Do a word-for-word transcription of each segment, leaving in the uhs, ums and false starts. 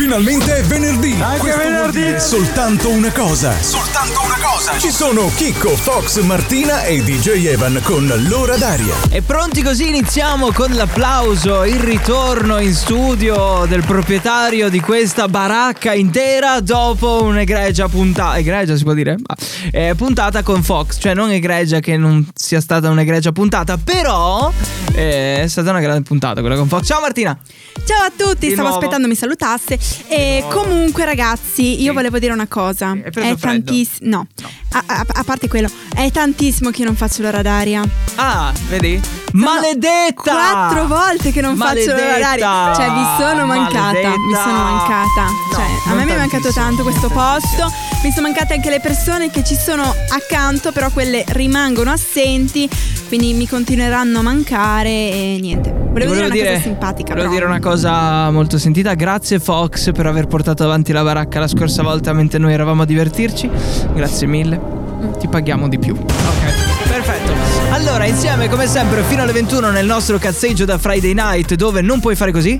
Finalmente è venerdì. Anche Questo venerdì. vuol dire soltanto una cosa. Soltanto una cosa. Ci sono Chicco, Fox, Martina e D J Evan con l'ora d'aria. E pronti così iniziamo con l'applauso, il ritorno in studio del proprietario di questa baracca intera dopo un'egregia puntata. Egregia si può dire? Eh, puntata con Fox, cioè non egregia che non sia stata un'egregia puntata, però eh, è stata una grande puntata quella con Fox. Ciao Martina. Ciao a tutti, Di stavo nuovo. aspettando mi salutasse. E comunque ragazzi, io Sì. volevo dire una cosa. Hai preso È freddo? tantissimo. No, No. A, a- a parte quello, è tantissimo che non faccio l'ora d'aria. Ah, vedi? Maledetta! Quattro volte che non faccio l'ora Maledetta! d'aria. Cioè vi sono mancata. Maledetta! Mi sono mancata. No, Cioè, a non me mi è mancato tantissimo, tanto questo non tantissimo. posto. Mi sono mancate anche le persone che ci sono accanto, però quelle rimangono assenti. Quindi mi continueranno a mancare e niente. Volevo, dire una cosa simpatica. Volevo però. dire una cosa molto sentita. Grazie Fox per aver portato avanti la baracca la scorsa volta mentre noi eravamo a divertirci. Grazie mille. Ti paghiamo di più. Ok, perfetto. Allora, insieme come sempre fino alle ventuno nel nostro cazzeggio da Friday Night, dove non puoi fare così?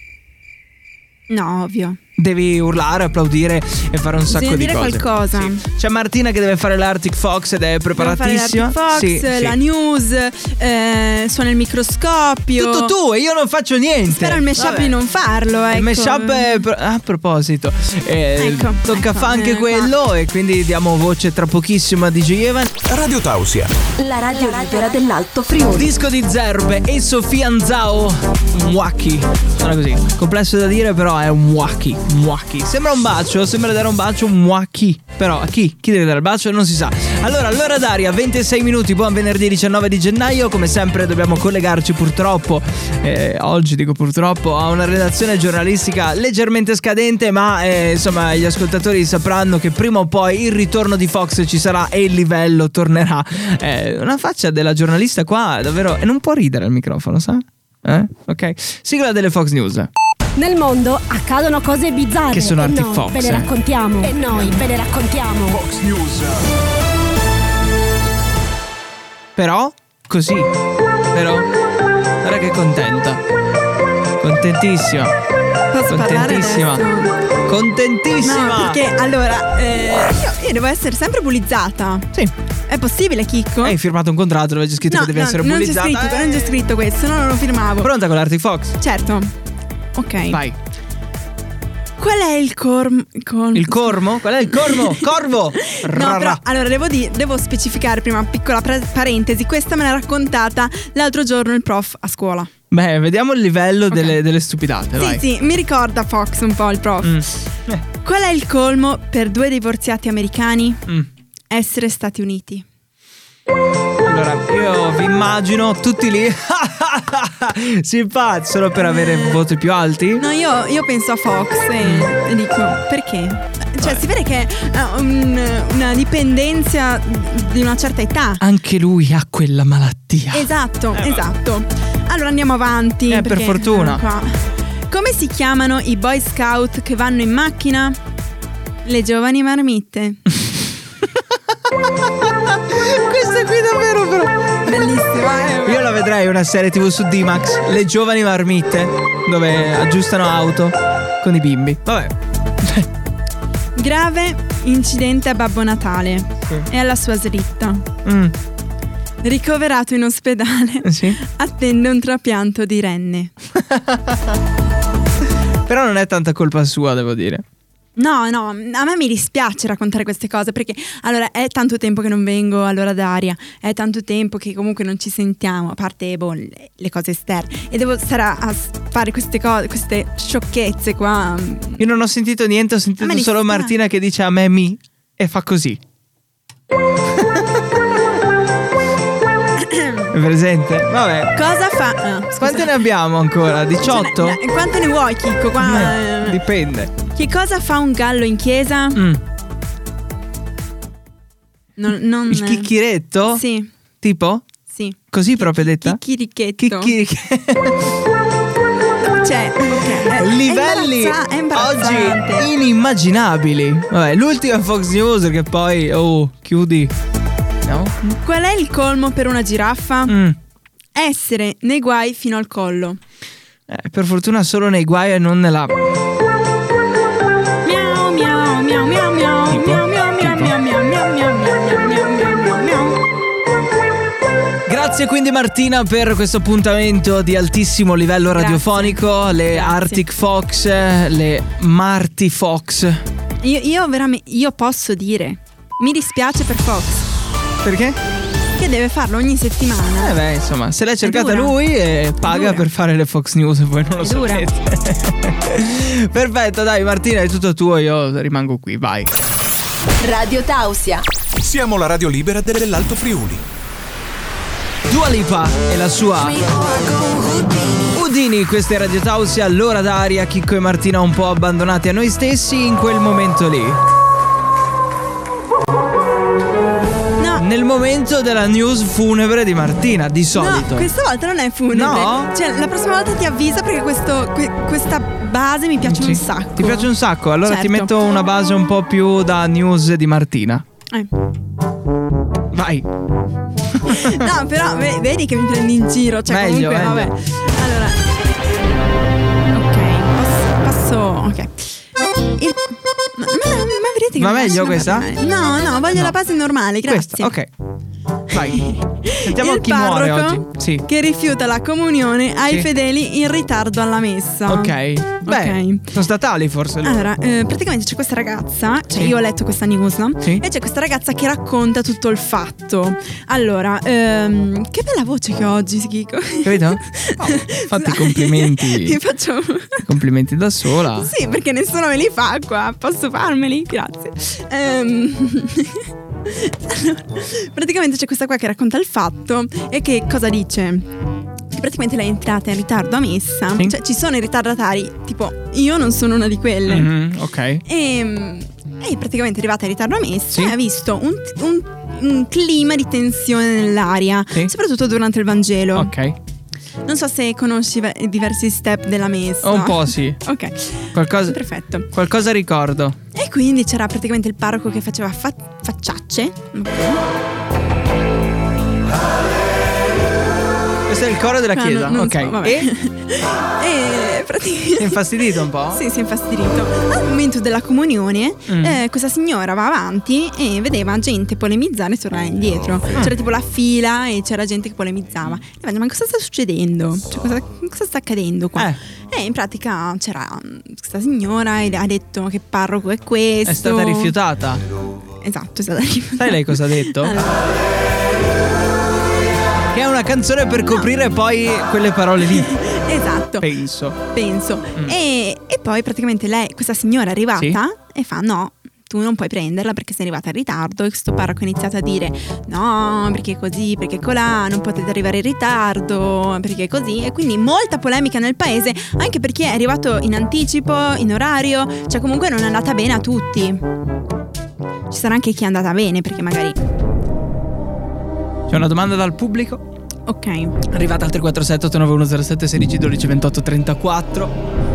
No, ovvio. Devi urlare, applaudire e fare un sacco Bisogna di dire cose. qualcosa. Sì. C'è Martina che deve fare l'Arctic Fox ed è Devo fare preparatissima. l'Arctic Fox, Sì, sì. la news, eh, suona il microscopio. Tutto tu e io non faccio niente. Spero il mashup Vabbè. di non farlo, ecco. Il mashup è pro- a proposito eh, Ecco, tocca ecco, fare anche eh, quello e quindi diamo voce tra pochissimo a D J Evan. Radio Tausia. La radio libera dell'Alto Friuli. Disco di Zerbe e Sofia Anzao. Mwaki. Suona così. Complesso da dire, però è un mwaki. Mwaki. Sembra un bacio, sembra dare un bacio, un mwaki. Però a chi? Chi deve dare il bacio? Non si sa. Allora, l'ora d'aria, ventisei minuti, buon venerdì diciannove di gennaio. Come sempre dobbiamo collegarci purtroppo, eh, oggi dico purtroppo, a una redazione giornalistica leggermente scadente, ma eh, insomma gli ascoltatori sapranno che prima o poi il ritorno di Fox ci sarà e il livello tornerà. Eh, una faccia della giornalista qua davvero, e non può ridere al microfono, sa? Eh? Ok. Sigla delle Fox News. Nel mondo accadono cose bizzarre. Che sono e Arctic noi Fox, ve le eh. raccontiamo. E noi ve le raccontiamo. Fox News. Però, così. Però, guarda che contenta. Contentissima. Posso parlare Contentissima. adesso? Contentissima. No, perché allora eh, io, io devo essere sempre bullizzata. Sì. È possibile, Chicco? Hai firmato un contratto dove c'è scritto no, che devi no, essere non c'è bullizzata. scritto, non c'è Eh. scritto questo, no, non lo firmavo. Pronta con l'Arctic Fox? Certo. Ok. Vai. Qual è il corm... corm- Il cormo? Qual è il cormo? Corvo. No, Rarra. però allora devo, di- devo specificare prima una piccola pre- parentesi. Questa me l'ha raccontata l'altro giorno il prof a scuola. Beh, vediamo il livello Ok. delle, delle stupidate. Sì, vai. sì, mi ricorda Fox un po' il prof. Mm. Eh, Qual è il colmo per due divorziati americani? mm. Essere Stati Uniti. Allora, io vi immagino tutti lì simpatici solo per avere voti più alti. No, io, io penso a Fox e, e dico perché? Cioè, si vede che ha un- una dipendenza di una certa età. Anche lui ha quella malattia. Esatto, Eh, esatto. Allora andiamo avanti. Eh, per perché- fortuna. qua. Come si chiamano i Boy Scout che vanno in macchina? Le giovani marmitte. Questa qui davvero però. Bellissima. eh? Io la vedrei una serie tivù su D-Max, Le giovani marmitte, dove aggiustano auto con i bimbi. Vabbè. Grave incidente a Babbo Natale Sì. e alla sua slitta. Mm, Ricoverato in ospedale. sì. Attende un trapianto di renne. Però non è tanta colpa sua, devo dire. No, no, a me mi dispiace raccontare queste cose perché allora è tanto tempo che non vengo all'ora d'aria, è tanto tempo che comunque non ci sentiamo, a parte boh, le, le cose esterne, e devo stare a, a fare queste cose, queste sciocchezze qua. Io non ho sentito niente, ho sentito A me solo dispiace. Martina che dice a me mi e fa così. È presente? Vabbè. Cosa fa? No, scusa. Quante ne abbiamo ancora? diciotto? Ce n'è- Quante ne vuoi, Chicco? Qua, Eh, dipende. Che cosa fa un gallo in chiesa? Mm. Non, non, Il chicchiretto? Sì, Tipo? sì. Così proprio detta? Chicchirichetto. Chicchirichetto. Cioè, ok, è- Livelli è imbarazza- è imbarazzante. oggi inimmaginabili. Vabbè, l'ultima Fox News che poi oh, chiudi. No? Qual è il colmo per una giraffa? Mm. Essere nei guai fino al collo. Eh, per fortuna solo nei guai e non nella Grazie quindi Martina per questo appuntamento di altissimo livello Grazie. radiofonico. Le Grazie. Arctic Fox, le Marty Fox. Io, io veramente, io posso dire, mi dispiace per Fox, Perché? che deve farlo ogni settimana. Eh beh, insomma, se l'è cercata dura. lui e paga dura. per fare le Fox News, poi non lo È so. dura. Perfetto, dai Martina, è tutto tuo, io rimango qui, vai. Radio Tausia. Siamo la radio libera dell'Alto Friuli. Dua Lipa e la sua Udini, questa è Radio Tausia, l'ora d'aria, Chicco e Martina un po' abbandonati a noi stessi in quel momento lì. No, Nel momento della news funebre di Martina, di solito. no, questa volta non è funebre. No? Cioè, la prossima volta ti avvisa perché questo, que- questa base mi piace Sì. un sacco. Ti piace un sacco? Allora ti Certo. metto una base un po' più da news di Martina. Eh. Vai. No, però ve- vedi che mi prendi in giro. Cioè, Meglio, comunque, meglio. vabbè. Allora. Ok, passo. passo ok. Il- ma, ma, ma vedete che Va mi meglio lasciano questa? parlare. No, no, voglio No. la base normale, grazie. Questa, ok. Vai. Sentiamo Il chi muore parroco oggi. Sì. che rifiuta la comunione ai Sì. fedeli in ritardo alla messa. Ok. Beh, Ok. sono statali forse loro. Allora, eh, praticamente c'è questa ragazza, cioè Sì. io ho letto questa news, no? Sì. E c'è questa ragazza che racconta tutto il fatto. Allora, ehm, che bella voce che ho oggi, Chico. Capito? Oh, fatti i complimenti. Ti faccio. Complimenti da sola. Sì, perché nessuno me li fa qua. Posso farmeli? Grazie. Ehm, allora, praticamente c'è questa qua che racconta il fatto e che cosa dice? Che praticamente lei è entrata in ritardo a messa. Sì. Cioè, ci sono i ritardatari, tipo, io non sono una di quelle. Mhm, ok. E, e praticamente è arrivata in ritardo a messa Sì. e ha visto un, un- un clima di tensione nell'aria, Sì. soprattutto durante il Vangelo. Ok. Non so se conosci ve- i diversi step della messa. Un po' sì. Ok, Qualcosa, perfetto. qualcosa ricordo. E quindi c'era praticamente il parroco che faceva fa- facciacce. Questo è il coro della No, chiesa. no, non ok. so, vabbè. E E praticamente. si è infastidito un po'? Sì, si è infastidito. Al momento della comunione, Mm. eh, questa signora va avanti e vedeva gente polemizzare e tornare indietro. Mm. C'era tipo la fila e c'era gente che polemizzava. E va, ma cosa sta succedendo? Cioè, cosa, cosa sta accadendo qua? Eh. E in pratica c'era mm, questa signora e le ha detto che parroco è questo. È stata rifiutata. Esatto, è stata rifiutata. Sai lei cosa ha detto? Allora, Che è una canzone per coprire poi quelle parole lì. esatto. Penso. Penso. Mm. E, e poi praticamente lei, questa signora è arrivata Sì. e fa no, tu non puoi prenderla perché sei arrivata in ritardo. E questo parroco ha iniziato a dire no, perché così, perché colà, non potete arrivare in ritardo, perché così. E quindi molta polemica nel paese, anche perché è arrivato in anticipo, in orario, cioè comunque non è andata bene a tutti. Ci sarà anche chi è andata bene perché magari... C'è una domanda dal pubblico? Ok. Arrivata al tre quattro sette otto nove uno zero sette sedici dodici ventotto trentaquattro.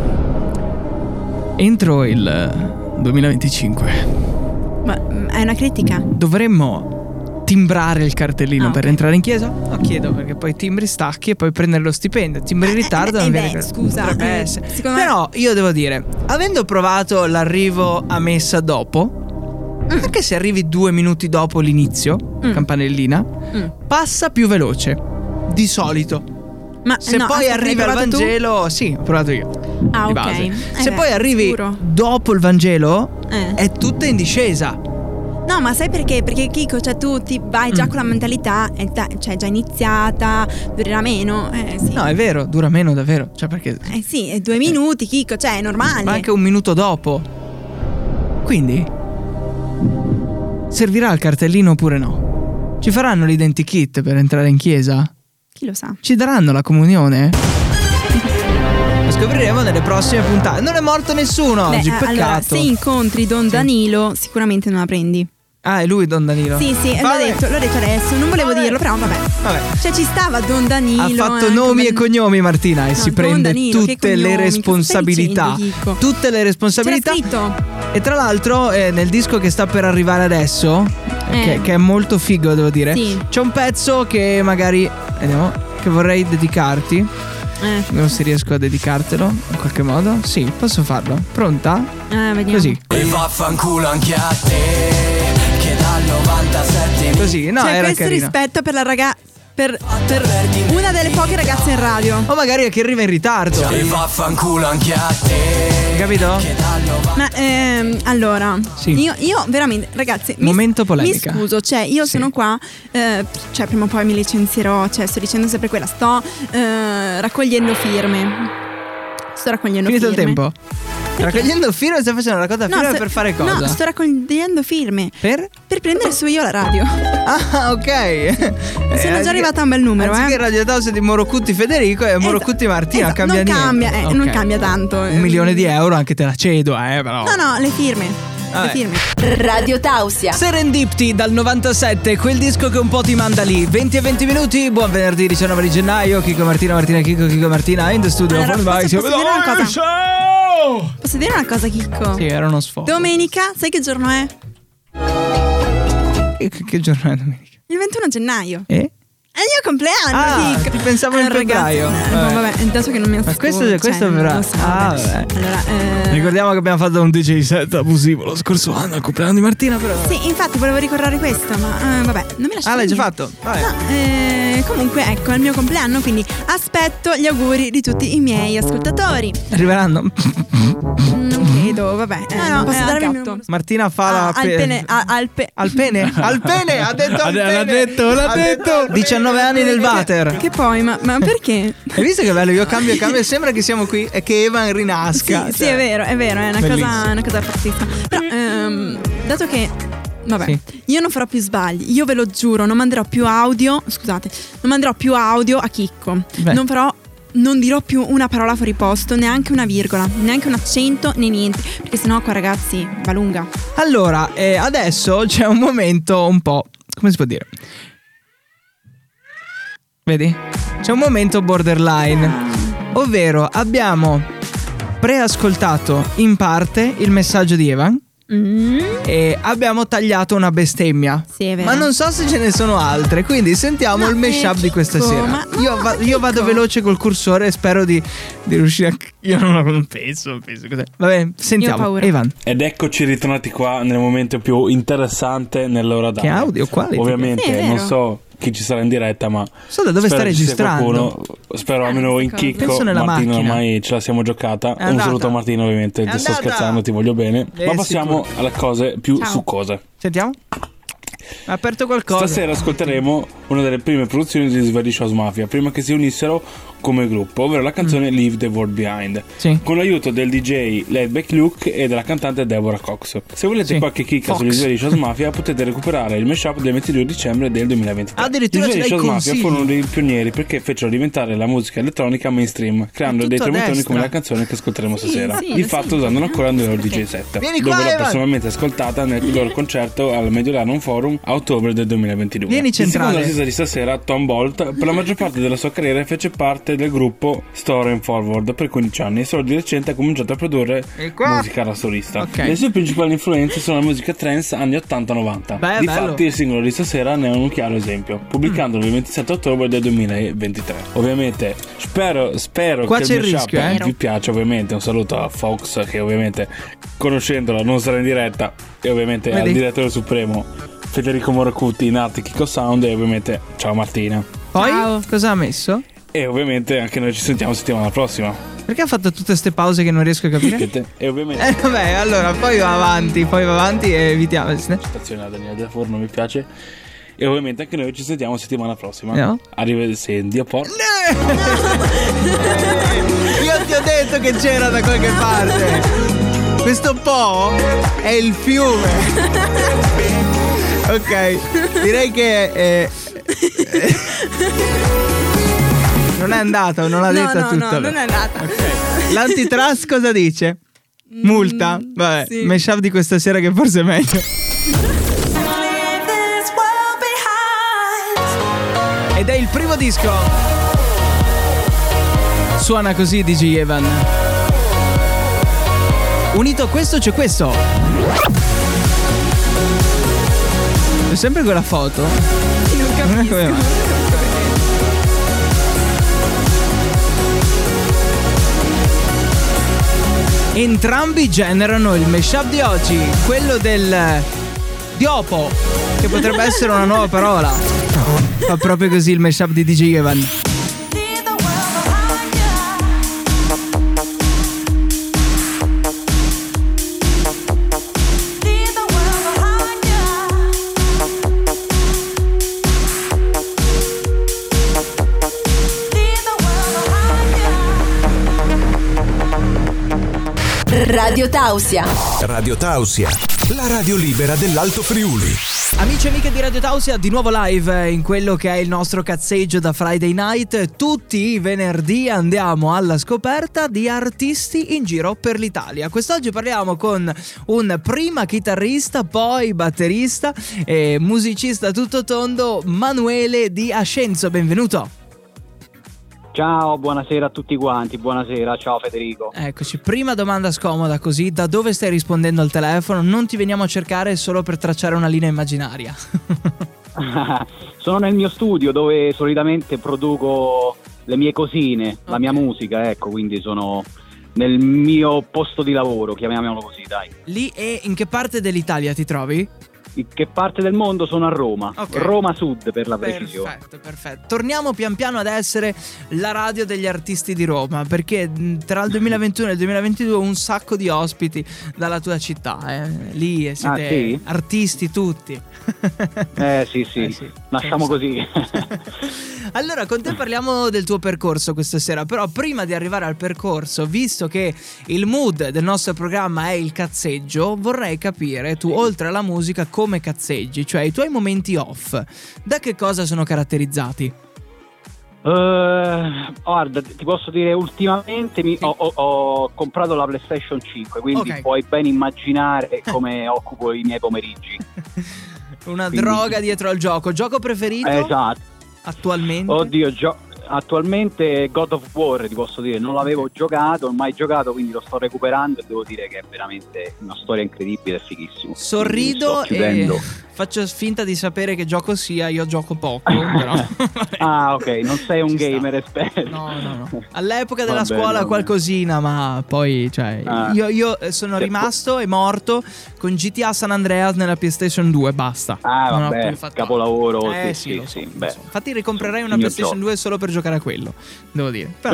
Entro il duemilaventicinque Ma mm, è una critica? dovremmo timbrare il cartellino Ah, per ok. entrare in chiesa? Lo chiedo perché poi timbri, stacchi e poi prendere lo stipendio. Timbri in Eh, ritardo eh, non eh, viene beh, che- scusa, potrebbe eh, essere. secondo me- Però io devo dire, avendo provato l'arrivo a messa dopo, anche se arrivi due minuti dopo l'inizio, Mm. campanellina, Mm. passa più veloce di solito. Ma Se no, poi aspetta, arrivi l'hai al provato tu? Vangelo, sì, ho provato io. Ah, di ok. base. Eh Se beh, poi arrivi sicuro. dopo il Vangelo, Eh. è tutta in discesa. No, ma sai perché? Perché Chico, cioè tu ti vai già Mm. con la mentalità, è ta- cioè già iniziata, durerà meno. Eh sì. No, è vero, dura meno davvero. Cioè, perché Eh sì, è due minuti, Chico, cioè è normale. ma anche un minuto dopo. Quindi servirà il cartellino oppure no? Ci faranno l'identikit per entrare in chiesa? Chi lo sa? Ci daranno la comunione? Lo scopriremo nelle prossime puntate. Non è morto nessuno Beh, oggi, eh, peccato. allora, se incontri Don Sì. Danilo, sicuramente non la prendi. Ah, è lui Don Danilo? Sì, sì, l'ho Vabbè. detto, l'ho detto adesso, non volevo Vabbè. dirlo, però vabbè. Vabbè. Cioè ci stava Don Danilo. Ha fatto eh, nomi come- e cognomi Martina e No, si Don prende Danilo, che tutte le cognomi, cosa stai responsabilità. dicendo, Chico? Tutte le C'era responsabilità. scritto. E tra l'altro eh, nel disco che sta per arrivare adesso, Eh. che, che è molto figo devo dire, Sì. c'è un pezzo che magari, vediamo, che vorrei dedicarti. Eh, Vediamo se riesco a dedicartelo in qualche modo. Sì, posso farlo. Pronta? eh, vediamo. Così. E vaffanculo anche a te, che dal novantasette Così, no, cioè, era questo carino. rispetto per la ragazza. per, per una delle poche ragazze in radio. O magari che arriva in ritardo. E vaffanculo anche a te. Hai capito? Ma ehm, allora, Sì. io, io veramente, ragazzi, mi- Momento polemica. Mi scuso, cioè io Sì. sono qua, eh, cioè prima o poi mi licenzierò, cioè sto dicendo sempre quella, sto eh, raccogliendo firme. Sto raccogliendo Finito il firme. tempo. Raccogliendo firme, stai facendo una raccolta firme sto- per fare cosa? No, sto raccogliendo firme. Per? Per prendere su io la radio. Ah, ok. Sono già arrivata a un bel numero, Anziché eh. Radio Tausia di Morocutti Federico e Morocutti Martina, Esatto, cambia non niente. cambia, eh, Ok. non cambia tanto. Un milione di euro anche te la cedo, eh, però. No, no, le firme. Vabbè. Le firme. Radio Tausia. Serendipity dal novantasette, quel disco che un po' ti manda lì. venti e venti minuti, buon venerdì diciannove di gennaio. Chico Martina, Martina, Chico, Chico Martina in the studio. Allora, Fuori posso- vai, posso siamo- dire una cosa? Ciao! Posso dire una cosa, Chicco? Sì, era uno sfogo. Domenica, sai che giorno è? Che, che giorno è domenica? Il ventuno gennaio. Eh? È il mio compleanno, Ah, Chicco. ti pensavo in Allora, ragazzi, febbraio. eh, Vabbè. vabbè, adesso che non mi Ma ascolto. questo, questo cioè, però. lo so, Ah, vabbè. vabbè. Allora, eh, Ricordiamo che abbiamo fatto un D J set abusivo lo scorso anno, al compleanno di Martina, però. sì, infatti volevo ricordare questo, ma eh, vabbè, non mi lasciate. Ah, l'hai già dire. fatto? Vabbè. No, eh, comunque ecco, è il mio compleanno, quindi aspetto gli auguri di tutti i miei ascoltatori. Arriveranno. Non credo, vabbè. Eh, Ah, no, non posso eh, darvi il al mio numero. Martina fa Ah, la al pene, a- al pe- Al pene? Al pene, ha detto al L'ha pene. detto, l'ha Ha detto. diciannove anni nel water. Che poi, ma, ma perché? Hai visto che bello? Io cambio e cambio. Sembra che siamo qui e che Evan rinasca. Sì, sì, Cioè, è vero, è vero, è una Bellissimo. cosa, una cosa pazzesca. Però, ehm, dato che, vabbè, Sì. io non farò più sbagli, io ve lo giuro, non manderò più audio, scusate, non manderò più audio a Chicco. Beh. Non farò, non dirò più una parola fuori posto, neanche una virgola, neanche un accento, né niente. Perché sennò qua, ragazzi, va lunga. Allora, eh, adesso c'è un momento un po'. Come si può dire? Vedi? C'è un momento borderline. Ovvero, abbiamo preascoltato in parte il messaggio di Evan. Mm. E abbiamo tagliato una bestemmia. Sì, è vero. Ma non so se ce ne sono altre. Quindi sentiamo No, il mashup eh, di questa Chicco, sera. ma- io, no, va- ma io vado Chicco. veloce col cursore e spero di, di riuscire a. Io non, non penso, non penso cos'è. Vabbè, Io ho sentiamo. paura. Evan. Ed eccoci ritornati qua nel momento più interessante nell'ora Che d'aria. audio quale? Ovviamente Sì, è non vero. so chi ci sarà in diretta, ma So da dove spero sta ci sia registrando. qualcuno. Spero Ah, almeno in questa cosa. Chicco. Penso nella Martino macchina. ormai ce la siamo giocata. È Un andata. saluto a Martino, ovviamente. È Ti sto andata. scherzando, ti voglio bene. Eh, ma passiamo sicuro. alle cose più Ciao. succose. Sentiamo. Ha aperto qualcosa. Stasera ascolteremo una delle prime produzioni di Swedish House Mafia prima che si unissero come gruppo, ovvero la canzone Leave the World Behind, Sì. con l'aiuto del D J Laidback Luke e della cantante Deborah Cox. Se volete Sì. qualche chicca Fox. sugli Swedish House Mafia potete recuperare il mashup del ventidue dicembre del duemilaventitré. Addirittura Gli ce Swedish l'hai House Mafia consigli. furono dei pionieri perché fecero diventare la musica elettronica mainstream, creando È dei tutto a tormentoni destra. come la canzone che ascolteremo Sì, stasera, sì, di lo fatto sento. usandolo ancora nel loro D J set, Vieni dove qua, l'ho Evan. personalmente ascoltata nel loro concerto al Mediolanum Forum a ottobre del duemilaventidue. Vieni Il secondo centrale. artista di stasera, Tom Bolt, per la maggior parte della sua carriera fece parte del gruppo Store and Forward per quindici anni e solo di recente ha cominciato a produrre E qua? musica da solista. Ok. Le sue principali influenze sono la musica trance anni ottanta novanta. Beh, Difatti bello. il singolo di stasera ne è un chiaro esempio, pubblicandolo il ventisette ottobre del duemilaventitré. Ovviamente spero, spero Qua che c'è il il mashup rischio, eh. vi piaccia. Ovviamente un saluto a Fox, che ovviamente conoscendola non sarà in diretta, e ovviamente Vedi? al direttore supremo Federico Morocutti, Nati Kiko Sound, e ovviamente ciao Martina. Poi Ciao. cosa ha messo? E ovviamente anche noi ci sentiamo settimana prossima. Perché ha fatto tutte queste pause che non riesco a capire? Che te- E ovviamente Eh vabbè, allora poi va avanti, poi va avanti e evitiamo. stazione a Daniele Del Forno mi piace. E ovviamente anche noi ci sentiamo settimana prossima. No? Arrivederci a por. Io ti ho detto che c'era da qualche parte. Questo po' è il fiume. Ok, direi che eh, eh, non è andato, non l'ha No, detta no, tutta. no, non è andata. L'antitrust cosa dice? Multa? Vabbè, sì. mashup di questa sera che forse è meglio. Ed è il primo disco. Suona così D J Evan. Unito a questo c'è questo. C'è sempre quella foto. Non capisco. Come mai? Entrambi generano il mashup di oggi, quello del Diopo, che potrebbe essere una nuova parola. Fa proprio così il mashup di D J Evan. Radio Tausia. Radio Tausia, la radio libera dell'Alto Friuli. Amici e amiche di Radio Tausia, di nuovo live in quello che è il nostro cazzeggio da Friday Night. Tutti i venerdì andiamo alla scoperta di artisti in giro per l'Italia. Quest'oggi parliamo con un prima chitarrista, poi batterista e musicista tutto tondo, Manuele Di Ascenzo. Benvenuto. Ciao, buonasera a tutti quanti, buonasera, ciao Federico. Eccoci, prima domanda scomoda così, da dove stai rispondendo al telefono? Non ti veniamo a cercare solo per tracciare una linea immaginaria. Sono nel mio studio dove solitamente produco le mie cosine, okay. La mia musica, ecco, quindi sono nel mio posto di lavoro, chiamiamolo così, dai. Lì e in che parte dell'Italia ti trovi? In che parte del mondo? Sono a Roma, okay. Roma Sud per la precisione. Perfetto, perfetto. Torniamo pian piano ad essere la radio degli artisti di Roma, perché tra il duemilaventuno e il duemilaventidue un sacco di ospiti dalla tua città, eh. Lì siete ah, sì? artisti tutti. Eh sì sì, eh, sì. Lasciamo sì. così. Allora, con te parliamo del tuo percorso questa sera, però prima di arrivare al percorso, visto che il mood del nostro programma è il cazzeggio, vorrei capire tu, oltre alla musica, come cazzeggi, cioè i tuoi momenti off, da che cosa sono caratterizzati? Uh, guarda, ti posso dire, ultimamente mi, sì. ho, ho, ho comprato la PlayStation cinque, quindi okay. puoi ben immaginare come occupo i miei pomeriggi. Una quindi... droga dietro al gioco. Gioco preferito? Esatto. Attualmente? Oddio, gio- attualmente God of War, ti posso dire, non l'avevo giocato, non mai giocato, quindi lo sto recuperando e devo dire che è veramente una storia incredibile e fighissimo. Sorrido e faccio finta di sapere che gioco sia, io gioco poco, però. Ah, ok, non sei un Ci gamer sta. esperto. No, no, no. All'epoca della va scuola bene, qualcosina, ma poi, cioè, ah. io, io sono rimasto e morto con G T A San Andreas nella PlayStation due, basta. Ah, non vabbè, capolavoro. Eh sì, sì, sì, sì, so, beh. so. Infatti ricomprerei una PlayStation gioco. due solo per giocare a quello, devo dire. Però...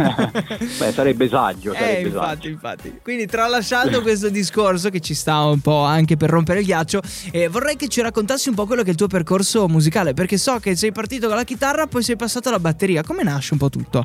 Beh, sarebbe saggio, sarebbe eh, infatti, saggio. infatti. Quindi, tralasciando questo discorso che ci sta un po' anche per rompere il ghiaccio, eh, vorrei che ci raccontassi un po' quello che è il tuo percorso musicale, perché so che sei partito con la chitarra, poi sei passato alla batteria. Come nasce un po' tutto?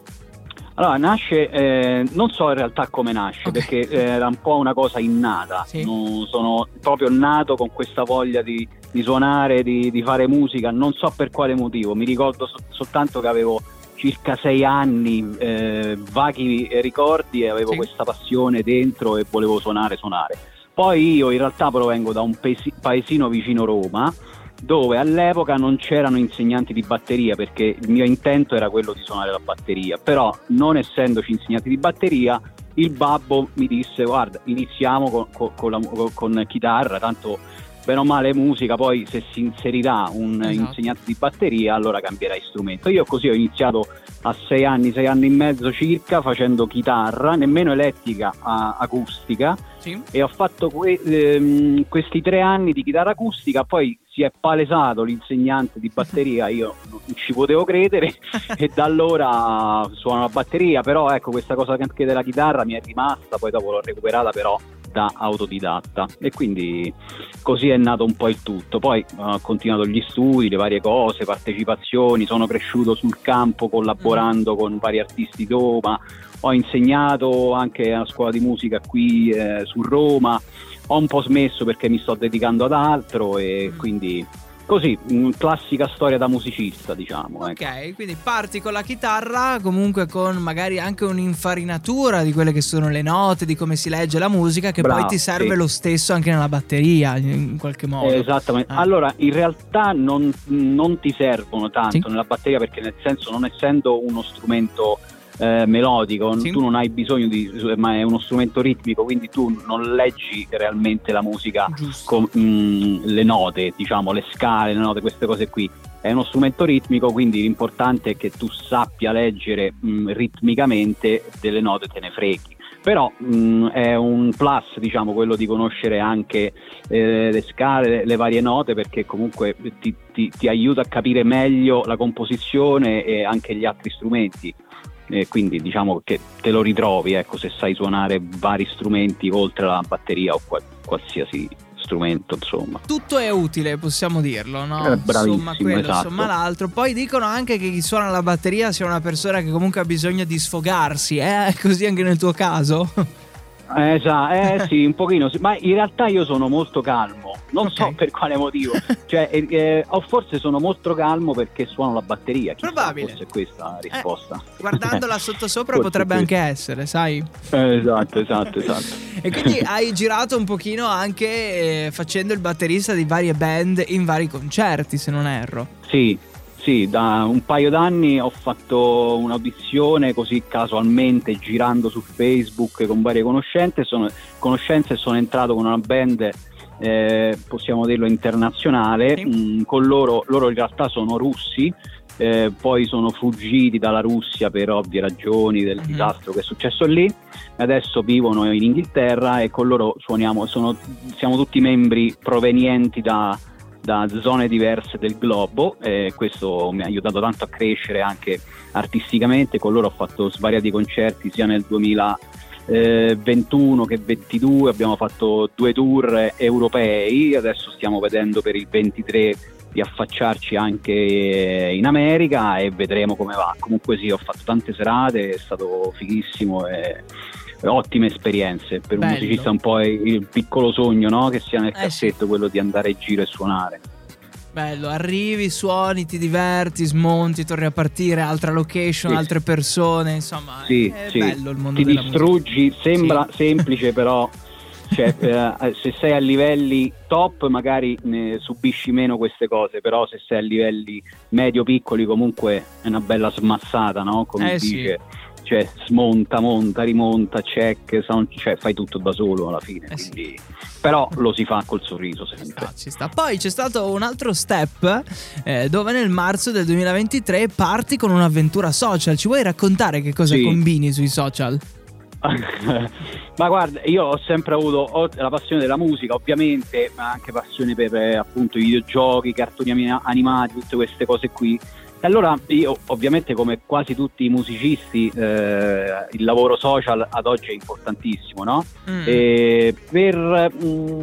Allora, nasce, eh, non so in realtà come nasce, okay. perché eh, era un po' una cosa innata. Sì. Non, sono proprio nato con questa voglia di, di suonare, di, di fare musica, non so per quale motivo. Mi ricordo so- soltanto che avevo circa sei anni, eh, vaghi ricordi, e avevo sì. questa passione dentro e volevo suonare, suonare. Poi io in realtà provengo da un paesi- paesino vicino Roma, dove all'epoca non c'erano insegnanti di batteria, perché il mio intento era quello di suonare la batteria, però non essendoci insegnanti di batteria, il babbo mi disse: guarda, iniziamo con, con, con, la, con, con chitarra, tanto bene o male musica, poi se si inserirà un esatto. insegnante di batteria allora cambierai strumento. Io così ho iniziato a sei anni, sei anni e mezzo circa, facendo chitarra, nemmeno elettrica, a, acustica, sì. e ho fatto que- ehm, questi tre anni di chitarra acustica, poi si è palesato l'insegnante di batteria, io non ci potevo credere e da allora suono la batteria, però ecco, questa cosa anche della chitarra mi è rimasta, poi dopo l'ho recuperata però da autodidatta, e quindi così è nato un po' il tutto. Poi ho continuato gli studi, le varie cose, partecipazioni, sono cresciuto sul campo collaborando mm. con vari artisti di Roma, ho insegnato anche a scuola di musica qui eh, su Roma, ho un po' smesso perché mi sto dedicando ad altro e mm. quindi così, una classica storia da musicista, diciamo. Ok, ecco. Quindi parti con la chitarra, comunque con magari anche un'infarinatura di quelle che sono le note, di come si legge la musica, che Bravo, poi ti serve sì. lo stesso anche nella batteria, in qualche modo. Esattamente. Ah. Allora, in realtà non, non ti servono tanto sì. nella batteria, perché nel senso, non essendo uno strumento eh, melodico, sì. tu non hai bisogno di, ma è uno strumento ritmico, quindi tu non leggi realmente la musica con mh, le note, diciamo, le scale, le note, queste cose qui. È uno strumento ritmico, quindi l'importante è che tu sappia leggere mh, ritmicamente delle note, te ne freghi. però mh, è un plus, diciamo, quello di conoscere anche eh, le scale, le varie note, perché comunque ti, ti, ti aiuta a capire meglio la composizione e anche gli altri strumenti. E quindi diciamo che te lo ritrovi, ecco, se sai suonare vari strumenti oltre la batteria o qual- qualsiasi strumento, insomma. Tutto è utile, possiamo dirlo, no? Eh, bravissimo, insomma, quello, esatto. insomma, l'altro. Poi dicono anche che chi suona la batteria sia una persona che comunque ha bisogno di sfogarsi, eh? È così anche nel tuo caso? Eh, esatto, eh sì, un pochino sì, ma in realtà io sono molto calmo, non Ok. so per quale motivo, cioè eh, eh, o forse sono molto calmo perché suono la batteria, chissà, Probabile. forse è questa la risposta. Guardandola sotto sopra Forse potrebbe è anche questo. essere, sai? Eh, esatto, esatto, esatto. E quindi hai girato un pochino anche eh, facendo il batterista di varie band in vari concerti, se non erro. Sì, sì, da un paio d'anni ho fatto un'audizione così casualmente, girando su Facebook con varie conoscenze, sono, conoscenze sono entrato con una band, eh, possiamo dirlo, internazionale. Sì. Mm, con loro, loro in realtà sono russi, eh, poi sono fuggiti dalla Russia per ovvie ragioni del Mhm. disastro che è successo lì, adesso vivono in Inghilterra e con loro suoniamo, sono, siamo tutti membri provenienti da da zone diverse del globo, e questo mi ha aiutato tanto a crescere anche artisticamente. Con loro ho fatto svariati concerti sia nel duemilaventuno che ventidue, abbiamo fatto due tour europei, adesso stiamo vedendo per il ventitré di affacciarci anche in America e vedremo come va. Comunque sì, ho fatto tante serate, è stato fighissimo e ottime esperienze. Per un Bello. musicista è un po' il il piccolo sogno, no? Che sia nel Eh sì. cassetto quello di andare in giro e suonare. Bello, arrivi, suoni, ti diverti, smonti, torni a partire, altra location, Sì. altre persone, insomma, Sì, è sì. bello il mondo Ti della distruggi, sembra Sì. semplice, però cioè, eh, se sei a livelli top magari ne subisci meno queste cose, però se sei a livelli medio-piccoli comunque è una bella smazzata, no? Come Eh, si sì. dice, cioè smonta, monta, rimonta, check, sound, cioè fai tutto da solo alla fine, Eh, sì. quindi però lo si fa col sorriso Ci sempre. sta, ci sta. Poi c'è stato un altro step eh, dove nel marzo del duemilaventitré parti con un'avventura social. Ci vuoi raccontare che cosa Sì. combini sui social? Ma guarda, io ho sempre avuto ho la passione della musica, ovviamente, ma anche passione per eh, appunto i videogiochi, cartoni ami- animati, tutte queste cose qui. E allora io, ovviamente, come quasi tutti i musicisti, eh, il lavoro social ad oggi è importantissimo, no? Mm. E per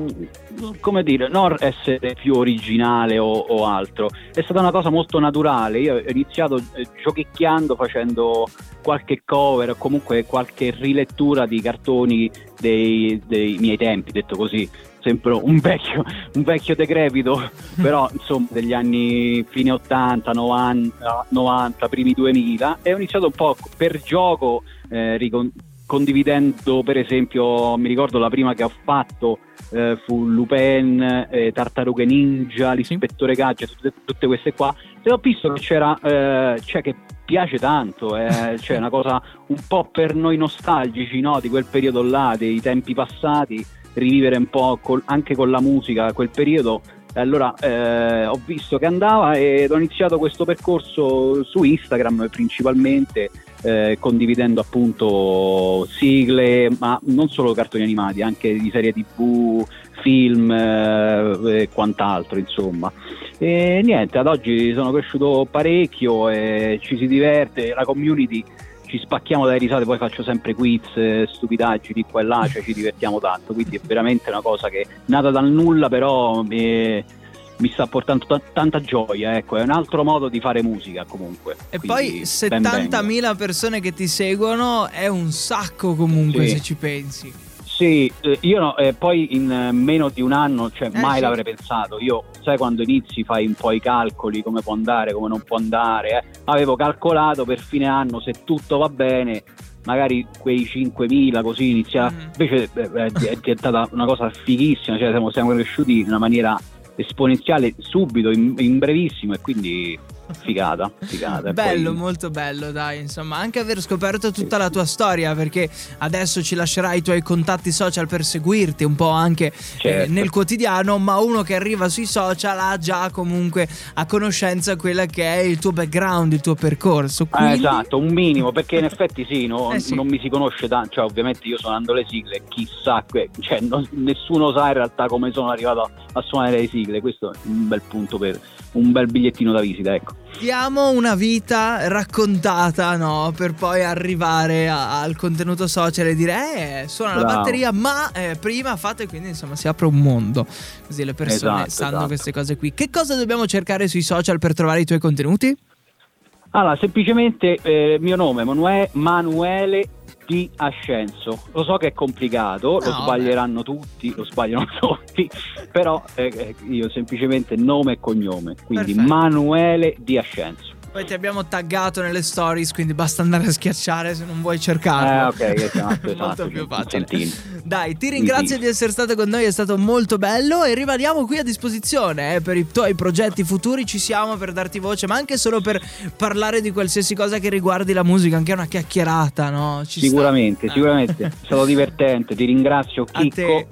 mh, come dire, non essere più originale o, o altro, è stata una cosa molto naturale. Io ho iniziato eh, giochicchiando, facendo qualche cover o comunque qualche rilettura di cartoni dei, dei miei tempi, detto così, sempre un vecchio, un vecchio decrepito, però insomma degli anni fine ottanta, novanta, novanta, primi duemila, e ho iniziato un po' per gioco, eh, ricon- condividendo, per esempio, mi ricordo la prima che ho fatto eh, fu Lupin, eh, Tartarughe Ninja, l'Ispettore Gadget, tutte, tutte queste qua, e ho visto che c'era, eh, cioè che piace tanto, eh, cioè una cosa un po' per noi nostalgici, no? Di quel periodo là, dei tempi passati, rivivere un po' col, anche con la musica quel periodo. Allora eh, ho visto che andava ed ho iniziato questo percorso su Instagram principalmente, eh, condividendo appunto sigle, ma non solo cartoni animati, anche di serie tv, film eh, e quant'altro, insomma. E niente, ad oggi sono cresciuto parecchio e ci si diverte, la community, ci spacchiamo dalle risate, poi faccio sempre quiz, eh, stupidaggini qua e là, cioè ci divertiamo tanto, quindi è veramente una cosa che è nata dal nulla, però mi, mi sta portando t- tanta gioia, ecco, è un altro modo di fare musica comunque. E Quindi poi ben settantamila persone che ti seguono è un sacco comunque, Sì. se ci pensi. Sì, eh, io no, eh, poi in eh, meno di un anno, cioè Eh, mai sì. l'avrei pensato. Io, sai, quando inizi fai un po' i calcoli, come può andare, come non può andare, eh. Avevo calcolato per fine anno, se tutto va bene, magari quei cinquemila così inizia. Mm. Invece eh, è è diventata una cosa fighissima, cioè siamo, siamo cresciuti in una maniera esponenziale subito, in, in brevissimo, e quindi figata, figata. E Bello, poi... molto bello, dai, insomma, anche aver scoperto tutta la tua storia, perché adesso ci lascerai i tuoi contatti social per seguirti un po' anche Certo. eh, nel quotidiano, ma uno che arriva sui social ha già comunque a conoscenza quella che è il tuo background, il tuo percorso. Eh, Quindi... esatto, un minimo, perché in effetti sì, no, Eh sì. non mi si conosce tanto, cioè ovviamente io suonando le sigle, chissà, que- cioè non- nessuno sa in realtà come sono arrivato a, a suonare le sigle, questo è un bel punto per un bel bigliettino da visita, ecco. Diamo una vita raccontata, no? Per poi arrivare a- al contenuto social e dire, eh, suona la Bravo. batteria, ma eh, prima fate, quindi insomma si apre un mondo. Così le persone Esatto, sanno esatto. queste cose qui. Che cosa dobbiamo cercare sui social per trovare i tuoi contenuti? Allora, semplicemente eh, mio nome Manuele, Manuele Di Ascenso. Lo so che è complicato, lo No, sbaglieranno tutti, lo sbagliano tutti, però eh, io semplicemente nome e cognome, quindi Perfetto. Manuele Di Ascenso. Poi ti abbiamo taggato nelle stories, quindi basta andare a schiacciare se non vuoi Eh, cercarlo. ok, esatto, Molto esatto, più un facile. santino. Dai, ti ringrazio Sì. di essere stato con noi, è stato molto bello e rimaniamo qui a disposizione eh, per i tuoi progetti futuri. Ci siamo per darti voce, ma anche solo per parlare di qualsiasi cosa che riguardi la musica, anche una chiacchierata, no? Ci Sicuramente, sta. sicuramente, è stato divertente, ti ringrazio A Chicco te.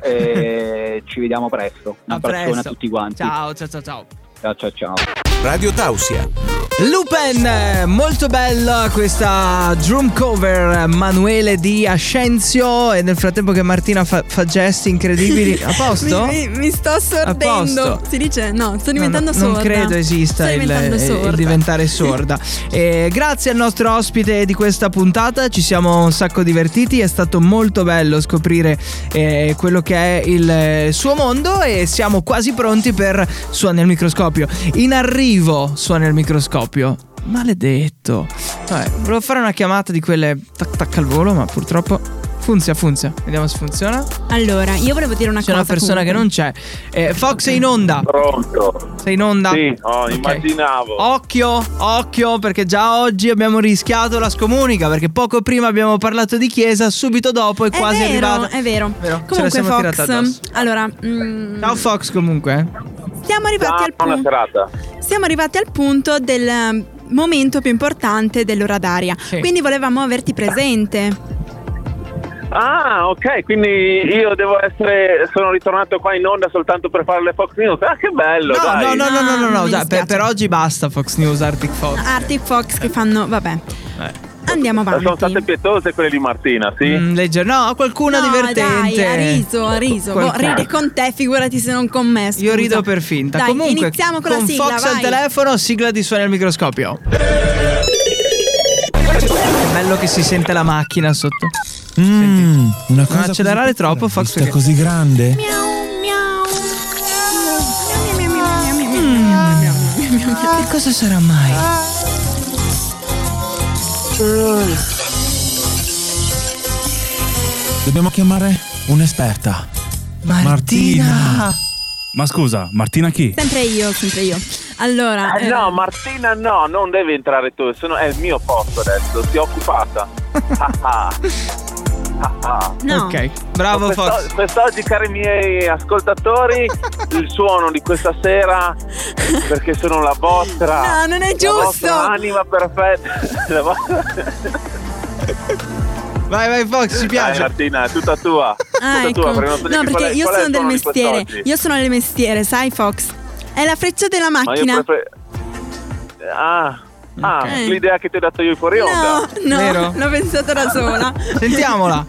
e ci vediamo presto. Un A abbraccione presto. a tutti quanti. Ciao, ciao, ciao, ciao. Ciao ciao ciao. Radio Tausia. Lupen, eh, molto bella questa drum cover, Manuele Di Ascensio. E nel frattempo che Martina fa, fa gesti incredibili. A posto? mi, mi, mi sto A sordendo. posto. Si dice no, sto diventando No, no, sorda. non credo esista Sto il, diventando il sorda. diventare sorda. E grazie al nostro ospite di questa puntata, ci siamo un sacco divertiti. È stato molto bello scoprire eh, quello che è il eh, suo mondo. E siamo quasi pronti per Suoni al microscopio. In arrivo Suoni al microscopio. Maledetto. Vabbè, volevo fare una chiamata di quelle tac tac al volo, ma purtroppo funziona, funziona. Vediamo se funziona. Allora, io volevo dire una C'è cosa. una persona comunque. che non c'è. Eh, Fox è in onda. Pronto? Sei in onda? Sì, oh, Ok. immaginavo. Occhio, occhio, perché già oggi abbiamo rischiato la scomunica, perché poco prima abbiamo parlato di chiesa, subito dopo è, È quasi vero, arrivato. è vero. Vero, ce la Comunque siamo tirata Fox, addosso. allora, mm, Ciao Fox comunque. eh. siamo arrivati al Buona punto. serata. Siamo arrivati al punto del um, momento più importante dell'ora d'aria. Sì. Quindi volevamo averti presente. Ah, ok, quindi io devo essere. Sono ritornato qua in onda soltanto per fare le Fox News. Ah, che bello! No, dai. no, no, no, no, no, no, mi già, per, dispiace. per oggi basta Fox News, Arctic Fox. Arctic Fox che fanno, vabbè. Eh. Andiamo avanti. Sono state pietose quelle di Martina, sì? Mm, leggero. No, qualcuna No, divertente. dai, ha riso, ha riso. Boh, Qualcuno. ride con te, figurati se non con me. Io scusa. rido per finta. Dai, Comunque, iniziamo con, la sigla, Fox vai. al telefono, sigla di Suoni al microscopio. Che bello che si sente la macchina sotto. Mm, una cosa Non accelerare così troppo, piccola, Fox, vista perché- così grande. Che cosa sarà mai? Dobbiamo chiamare un'esperta. Martina. Ma scusa, Martina chi? Sempre io, sempre io. Allora, Eh, eh, no, Martina no, non devi entrare tu, sono, è il mio posto adesso, si è occupata. Ah, ah. Ah, ah. no. Ok, bravo Quest'o- Fox. Quest'oggi, cari miei ascoltatori, il suono di questa sera, perché sono la vostra. No, non è La giusto. vostra anima perfetta. La vostra... Vai, vai Fox, ci Dai, piace. Martina, è tutta tua. Ah, tutta ecco. tua, perché non so No, neanche perché qual è- io qual è sono il del suono di mestiere. quest'oggi. Io sono del mestiere, sai, Fox? È la freccia della Ma io macchina. prefer- Ah, ah, Ok. l'idea che ti ho dato io fuori onda. No, no, Vero? l'ho pensata da sola. Sentiamola.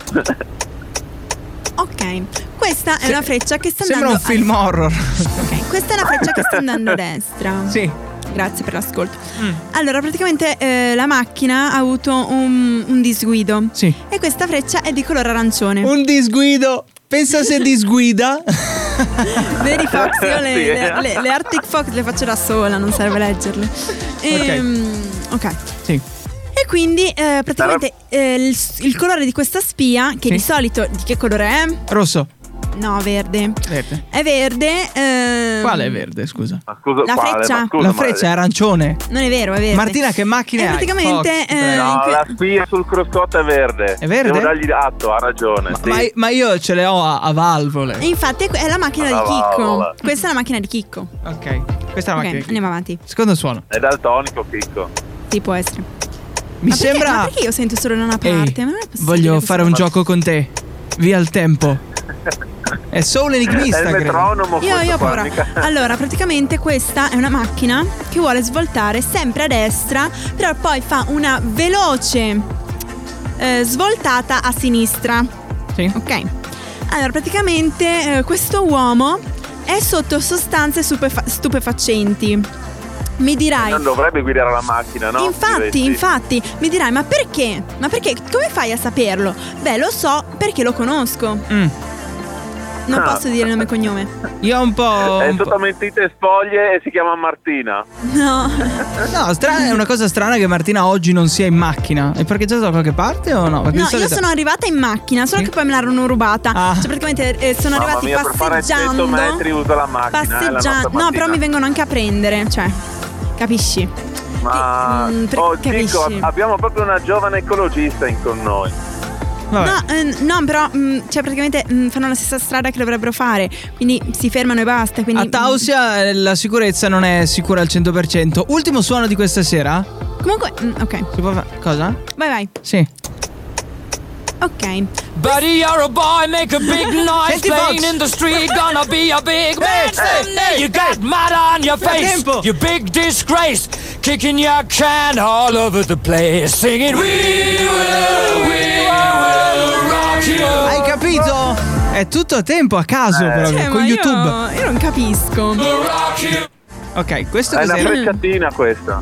Ok, questa è una freccia che sta Sembra andando un film a... horror. Ok, questa è una freccia che sta andando a destra. Sì. Grazie per l'ascolto. Mm. Allora, praticamente eh, la macchina ha avuto un, un disguido. Sì. E questa freccia è di colore arancione. Un disguido. Pensa se disguida. Vedi Fox, io le, Sì. le, le- le Arctic Fox le faccio da sola, non serve leggerle. Ehm, ok. Sì. E quindi eh, praticamente eh, il, il colore di questa spia, che Sì. di solito di che colore è? Rosso. No, verde. Verde. È verde. ehm, Quale è verde, scusa? Ma scusa, La quale? freccia. Ma scusa, La ma- freccia è arancione. Non è vero, è verde. Martina, che macchine E hai? praticamente, Fox, ti eh, prego. No, que- la spia sul cruscotto è verde. È verde? Devo dargli atto, ha ragione. Ma, sì. ma- ma io ce le ho a, a valvole. E infatti è que- è la macchina Ah, di Chicco. valvola. Questa è la macchina di Chicco. Ok, questa è la Ok, macchina. andiamo avanti. Secondo suono. È daltonico, Chicco. Sì, può essere. Mi ma perché, sembra. ma perché io sento solo da una Ehi, parte? Ma non è possibile voglio questa fare un cosa. gioco con te. Via il tempo. È solo enigmista, È il credo. metronomo. Io, io ho questo qua, paura. mica- Allora, praticamente questa è una macchina che vuole svoltare sempre a destra, però poi fa una veloce eh, svoltata a sinistra. Sì. Ok. Allora, praticamente eh, questo uomo è sotto sostanze stupefa- stupefacenti. Mi dirai. Non dovrebbe guidare la macchina, no? Infatti, Diresti. infatti, mi dirai, ma perché? Ma perché? Come fai a saperlo? Beh, lo so perché lo conosco. Mm. Non Ah. posso dire nome e cognome. Io ho un po'. È un po'- sotto mentite spoglie e si chiama Martina. No. No, strana, è una cosa strana che Martina oggi non sia in macchina. È parcheggiata da qualche parte o no? Perché No, di solito- io sono arrivata in macchina, solo Sì? che poi me l'hanno rubata. Ah. Cioè, praticamente eh, sono Mamma arrivati mia, per fare passeggiando. cento metri uso la macchina. eh, la nostra Passeggiando. No, Martina. però mi vengono anche a prendere. Cioè, capisci? Ma Che- mm, per- oh, capisci? Chico, abbiamo proprio una giovane ecologista in con noi. Vabbè. No, eh, no, però mm, cioè praticamente mm, fanno la stessa strada che dovrebbero fare. Quindi si fermano e basta. Quindi, A Tausia eh, la sicurezza non è sicura al cento per cento. Ultimo suono di questa sera? mm, Comunque, mm, ok. Si può fare. Cosa? Vai, vai. Sì. Ok. Buddy, you're a boy, make a big noise. Senti, Playing Fox. in the street, gonna be a big man. hey, You got mud on your face, tempo. you big disgrace. Kicking your can all over the place. Singing, we will, we will rock you. Hai capito? È tutto a tempo, a caso proprio, Cioè, con ma YouTube. Io, io non capisco. Rock you. Ok, questo È una cos'era? frecciatina questa.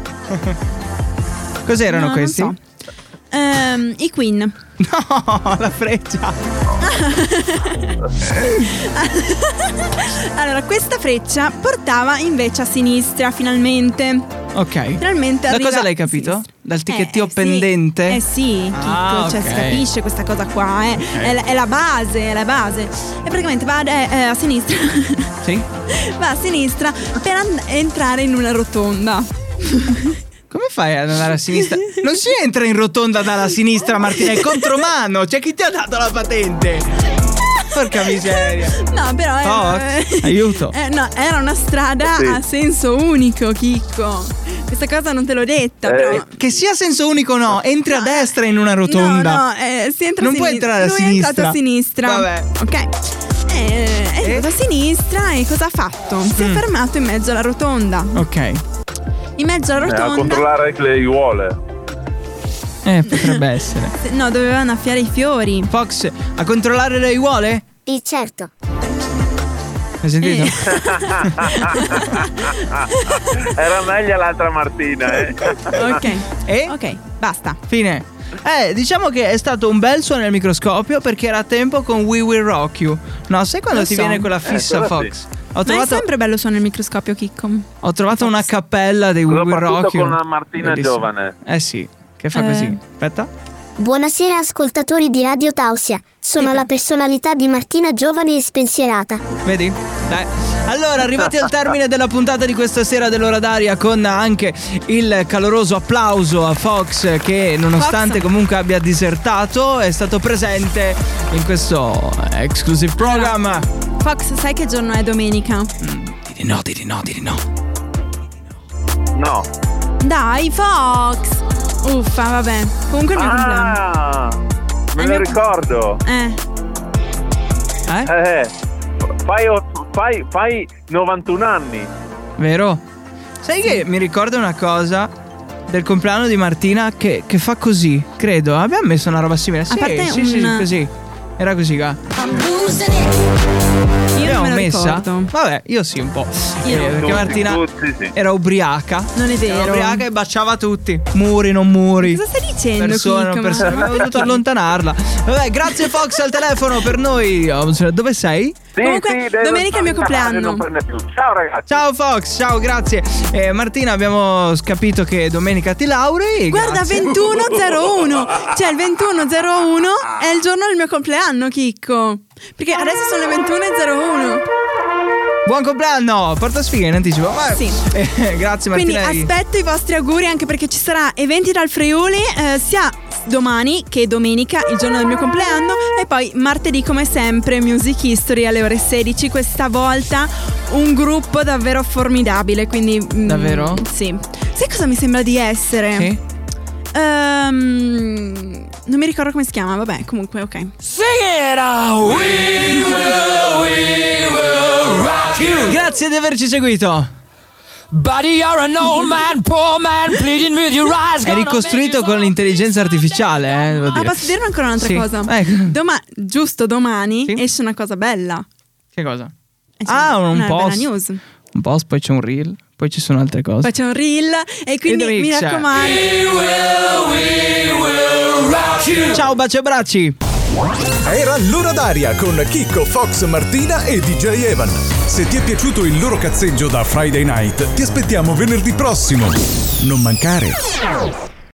Cos'erano No, questi? non so. Ehm, I Queen. No, la freccia. Allora, questa freccia portava invece a sinistra, finalmente. Ok. Finalmente Da arriva cosa l'hai a capito? sinistra. Dal ticchettio Eh, sì. pendente? Eh sì, Chicco, Ah, cioè ok. si capisce questa cosa qua, eh. È, la- è la base, è la base. E praticamente va eh, eh, a sinistra. Sì. Va a sinistra per and- entrare in una rotonda. Come fai ad andare a sinistra? Non si entra in rotonda dalla sinistra, Martina, è contromano. C'è chi ti ha dato la patente. Porca miseria. No, però Fox, eh, aiuto. eh, no, era una strada Sì. a senso unico, Chicco. Questa cosa non te l'ho detta, Eh, però. Che sia a senso unico o no, entri a destra in una rotonda. No, no, eh, si entra a Non puoi sinistra. entrare a Lui sinistra. è entrato a sinistra. Vabbè. Ok. Eh, è E? entrato a sinistra e cosa ha fatto? Si è Mm. fermato in mezzo alla rotonda. Ok. In mezzo alla Eh, a rotonda. controllare le aiuole. Eh, potrebbe essere. No, doveva annaffiare i fiori. Fox, a controllare le aiuole? Sì, certo. Hai sentito? Eh. Era meglio l'altra Martina, eh. Ok. E? Ok, basta. Fine. Eh, diciamo che è stato un bel suono nel microscopio perché era a tempo con We Will Rock You. No, sai quando Lo ti so. viene quella fissa, Eh, quello Fox? sì. Ho Ma è trovato, sempre bello suono nel microscopio, Chicco. ho trovato una cappella dei We Will Soprattutto Rock You. con una Martina Bellissimo. giovane. Eh sì, che fa Eh. così. Aspetta. Buonasera ascoltatori di Radio Tausia. Sono la personalità di Martina giovane e spensierata. Vedi? Dai. Allora, arrivati al termine della puntata di questa sera dell'Ora d'Aria, con anche il caloroso applauso a Fox che, nonostante Fox. comunque abbia disertato, è stato presente in questo exclusive program. Fox, sai che giorno è domenica? Di no, di no, di no. No. Dai, Fox! Uffa, vabbè. Comunque è il mio compleanno. Ah, me È lo il mio- ricordo. Eh. Eh? Eh, fai, fai, fai novantuno anni. Vero? Sai che mi ricorda una cosa del compleanno di Martina che, che fa così, credo. Abbiamo messo una roba simile. Sì, parte sì, sì, un- così. Era così, qua. Io non me L'abbiamo lo messa? ricordo. Vabbè, io sì, un po'. Io Eh, no. perché Tutti, Martina tutti, sì. era ubriaca. Non è Era vero. ubriaca e baciava tutti. Muri, non muri. Cosa stai dicendo, Persone, Chicco? persone. Ma- Avevo dovuto allontanarla. Vabbè, grazie Fox al telefono per noi. Oh, Dove sei? Sì, Comunque, sì, devo domenica è il mio stare in casa, compleanno. non prende più. Ciao ragazzi. Ciao Fox, ciao, grazie. Eh, Martina, abbiamo capito che domenica ti laurei. Guarda, grazie. ventuno zero uno. Cioè, il ventuno zero uno è il giorno del mio compleanno, Chicco. Perché adesso sono le ventuno e zero uno. Buon compleanno, porta sfiga in anticipo. Ma, sì. eh, grazie Quindi Martina. aspetto i vostri auguri, anche perché ci sarà eventi dal Friuli eh, sia domani che domenica, il giorno del mio compleanno, e poi martedì come sempre Music History alle ore sedici. Questa volta un gruppo davvero formidabile, quindi davvero? Mm, sì. Sai cosa mi sembra di essere? Sì. Um, non mi ricordo come si chiama, vabbè, comunque, ok. Sing it out. We will, we will rock you. Grazie di averci seguito. Buddy, you're an old man, poor man, pleading with your eyes. È ricostruito con l'intelligenza artificiale, eh, devo Ah, dire. posso dire ancora un'altra Sì. cosa? Ecco. Doma- giusto domani Sì. esce una cosa bella. Che cosa? E c'è Ah, un una post. bella news. Un post, poi c'è un reel, poi ci sono altre cose. Poi c'è un reel e quindi Il mi remix. raccomando. We will, we will rock you. Ciao, baci e abbracci. Era L'Ora d'Aria con Chicco, Fox, Martina e D J Evan. Se ti è piaciuto il loro cazzeggio da Friday Night, ti aspettiamo venerdì prossimo. Non mancare.